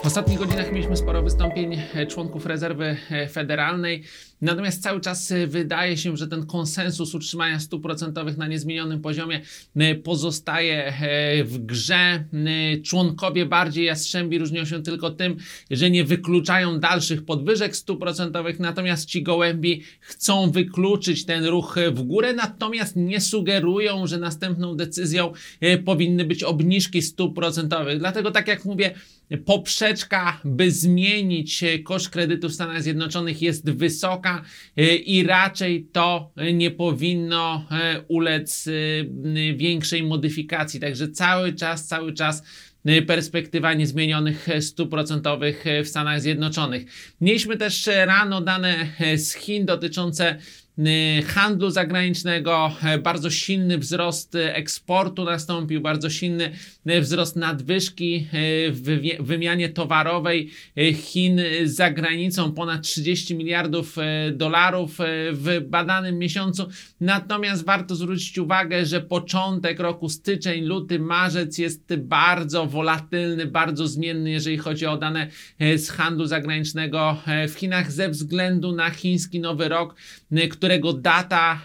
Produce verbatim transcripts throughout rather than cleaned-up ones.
W ostatnich godzinach mieliśmy sporo wystąpień członków rezerwy federalnej, natomiast cały czas wydaje się, że ten konsensus utrzymania stóp procentowych na niezmienionym poziomie pozostaje w grze. Członkowie bardziej jastrzębi różnią się tylko tym, że nie wykluczają dalszych podwyżek stóp procentowych, natomiast ci gołębi chcą wykluczyć ten ruch w górę, natomiast nie sugerują, że następną decyzją powinny być obniżki stóp procentowych. Dlatego, tak jak mówię, poprzeczka, by zmienić koszt kredytu w Stanach Zjednoczonych jest wysoka i raczej to nie powinno ulec większej modyfikacji. Także cały czas, cały czas perspektywa niezmienionych stóp procentowych w Stanach Zjednoczonych. Mieliśmy też rano dane z Chin dotyczące handlu zagranicznego. Bardzo silny wzrost eksportu nastąpił, bardzo silny wzrost nadwyżki w wymianie towarowej Chin za granicą, ponad trzydzieści miliardów dolarów w badanym miesiącu. Natomiast warto zwrócić uwagę, że początek roku, styczeń, luty, marzec jest bardzo wolatylny, bardzo zmienny, jeżeli chodzi o dane z handlu zagranicznego w Chinach ze względu na chiński Nowy Rok, którego data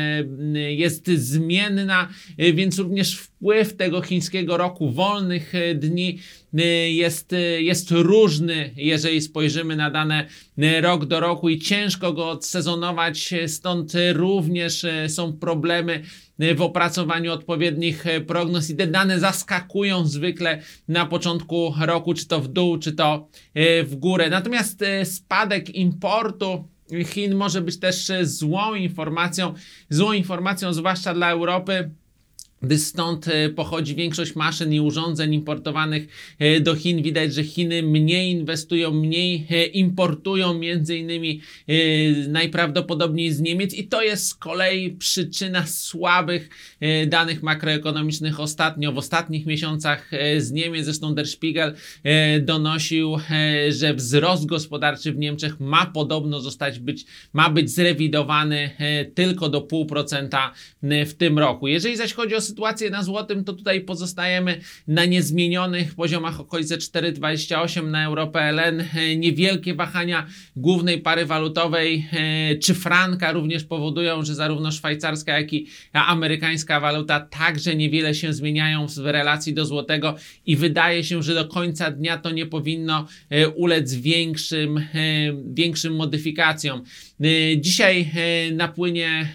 jest zmienna, więc również wpływ tego chińskiego roku wolnych dni jest, jest różny, jeżeli spojrzymy na dane rok do roku i ciężko go odsezonować, stąd również są problemy w opracowaniu odpowiednich prognoz i te dane zaskakują zwykle na początku roku, czy to w dół, czy to w górę. Natomiast spadek importu Chin może być też złą informacją, złą informacją zwłaszcza dla Europy, gdy stąd pochodzi większość maszyn i urządzeń importowanych do Chin. Widać, że Chiny mniej inwestują, mniej importują, między innymi najprawdopodobniej z Niemiec i to jest z kolei przyczyna słabych danych makroekonomicznych ostatnio, w ostatnich miesiącach z Niemiec. Zresztą Der Spiegel donosił, że wzrost gospodarczy w Niemczech ma podobno zostać być, ma być zrewidowany tylko do pół procenta w tym roku. Jeżeli zaś chodzi o sytuację na złotym, to tutaj pozostajemy na niezmienionych poziomach, okolice cztery dwadzieścia osiem na euro P L N. Niewielkie wahania głównej pary walutowej czy franka również powodują, że zarówno szwajcarska, jak i amerykańska waluta także niewiele się zmieniają w relacji do złotego i wydaje się, że do końca dnia to nie powinno ulec większym, większym modyfikacjom. Dzisiaj napłynie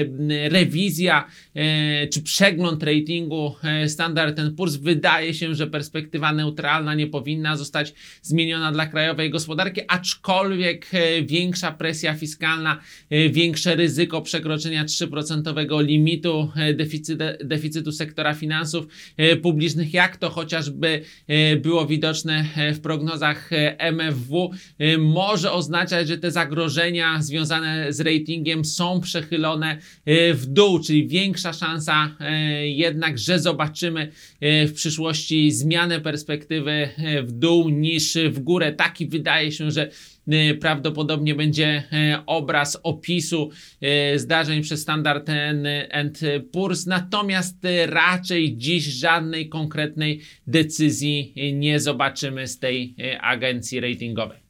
rewizja czy przegląd ratingu Standard and Poor's. Wydaje się, że perspektywa neutralna nie powinna zostać zmieniona dla krajowej gospodarki, aczkolwiek większa presja fiskalna, większe ryzyko przekroczenia trzy procentowego limitu deficytu, deficytu sektora finansów publicznych, jak to chociażby było widoczne w prognozach M F W, może oznaczać, że te zagrożenia związane z ratingiem są przechylone w dół, czyli większa szansa jednak, że zobaczymy w przyszłości zmianę perspektywy w dół niż w górę. Taki wydaje się, że prawdopodobnie będzie obraz opisu zdarzeń przez Standard and Poor's, natomiast raczej dziś żadnej konkretnej decyzji nie zobaczymy z tej agencji ratingowej.